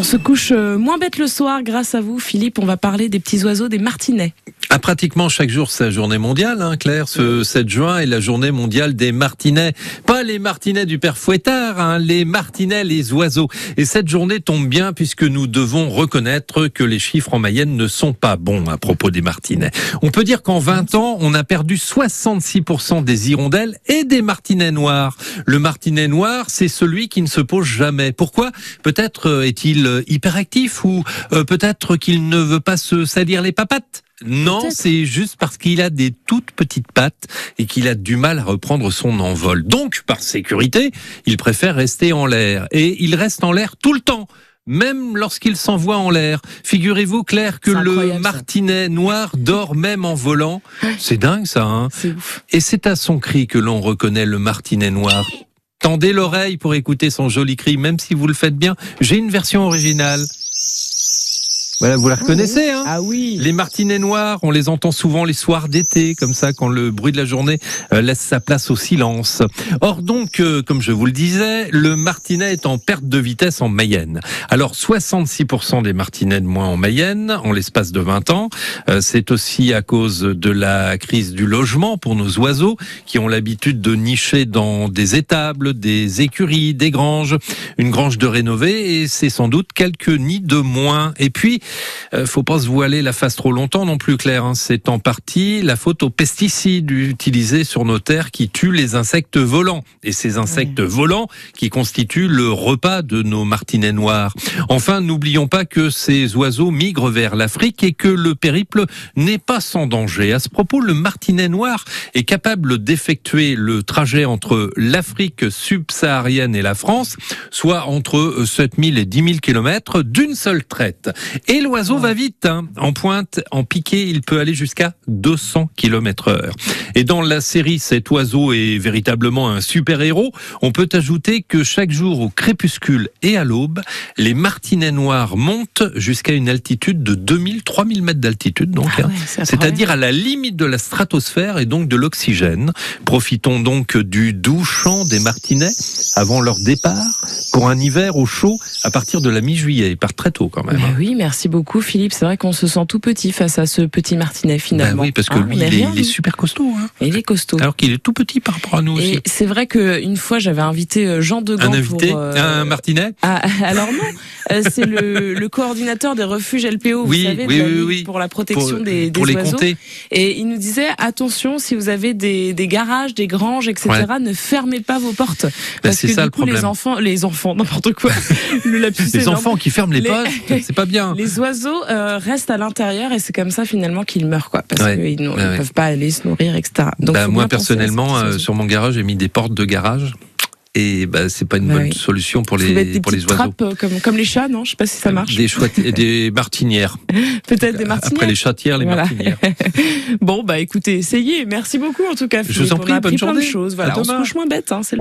On se couche moins bête le soir grâce à vous, Philippe. On va parler des petits oiseaux, des martinets. Pratiquement chaque jour, c'est la journée mondiale, Claire. Ce 7 juin est la journée mondiale des martinets. Pas les martinets du père Fouettard, les martinets, les oiseaux. Et cette journée tombe bien puisque nous devons reconnaître que les chiffres en Mayenne ne sont pas bons à propos des martinets. On peut dire qu'en 20 ans, on a perdu 66% des hirondelles et des martinets noirs. Le martinet noir, c'est celui qui ne se pose jamais. Pourquoi ? Peut-être est-il hyperactif ou peut-être qu'il ne veut pas se salir les papates. Non, c'est juste parce qu'il a des toutes petites pattes et qu'il a du mal à reprendre son envol. Donc, par sécurité, il préfère rester en l'air. Et il reste en l'air tout le temps, même lorsqu'il s'envoie en l'air. Figurez-vous, Claire, que le martinet noir dort même en volant. C'est dingue, ça, C'est ouf. Et c'est à son cri que l'on reconnaît le martinet noir. Tendez l'oreille pour écouter son joli cri, même si vous le faites bien. J'ai une version originale. Voilà, vous la reconnaissez, Ah oui. Les martinets noirs, on les entend souvent les soirs d'été, comme ça, quand le bruit de la journée laisse sa place au silence. Or donc, comme je vous le disais, le martinet est en perte de vitesse en Mayenne. Alors, 66% des martinets de moins en Mayenne, en l'espace de 20 ans. C'est aussi à cause de la crise du logement pour nos oiseaux, qui ont l'habitude de nicher dans des étables, des écuries, des granges. Une grange de rénover, et c'est sans doute quelques nids de moins. Et puis, faut pas se voiler la face trop longtemps non plus, Claire. C'est en partie la faute aux pesticides utilisés sur nos terres qui tuent les insectes volants. Et ces insectes volants qui constituent le repas de nos martinets noirs. Enfin, n'oublions pas que ces oiseaux migrent vers l'Afrique et que le périple n'est pas sans danger. À ce propos, le martinet noir est capable d'effectuer le trajet entre l'Afrique subsaharienne et la France, soit entre 7000 et 10 000 kilomètres d'une seule traite. Et l'oiseau va vite, En pointe, en piqué, il peut aller jusqu'à 200 km/h. Et dans la série Cet oiseau est véritablement un super-héros, on peut ajouter que chaque jour au crépuscule et à l'aube, les martinets noirs montent jusqu'à une altitude de 2000-3000 mètres d'altitude, donc, c'est-à-dire à la limite de la stratosphère et donc de l'oxygène. Profitons donc du doux chant des martinets avant leur départ pour un hiver au chaud à partir de la mi-juillet. Ils partent très tôt quand même. Oui, merci beaucoup Philippe. C'est vrai qu'on se sent tout petit face à ce petit martinet finalement. Oui, parce que lui, il est super costaud. Il est costaud. Alors qu'il est tout petit par rapport à nous aussi. Et c'est vrai qu'une fois, j'avais invité Jean Degan. Un invité, un martinet. Alors non, c'est le coordinateur des refuges LPO, vous savez, pour la protection des pour les oiseaux. compter. Et il nous disait, attention, si vous avez des garages, des granges, etc., ne fermez pas vos portes. Parce que ça, du coup, les enfants, n'importe quoi. Les enfants qui ferment les portes, c'est pas bien. Les oiseaux restent à l'intérieur et c'est comme ça finalement qu'ils meurent, parce qu'ils ne peuvent pas aller se nourrir, etc. Donc, moi personnellement, sur mon garage, j'ai mis des portes de garage. Et c'est pas une bonne solution pour les oiseaux. Trappes comme les chats, non ? Je sais pas si ça marche. Des martinières. Peut-être des martinières. Après les chatières, les martinières. Bon, écoutez, essayez. Merci beaucoup en tout cas. Je vous en prie, bonne journée. Plein de choses. On se couche moins bête.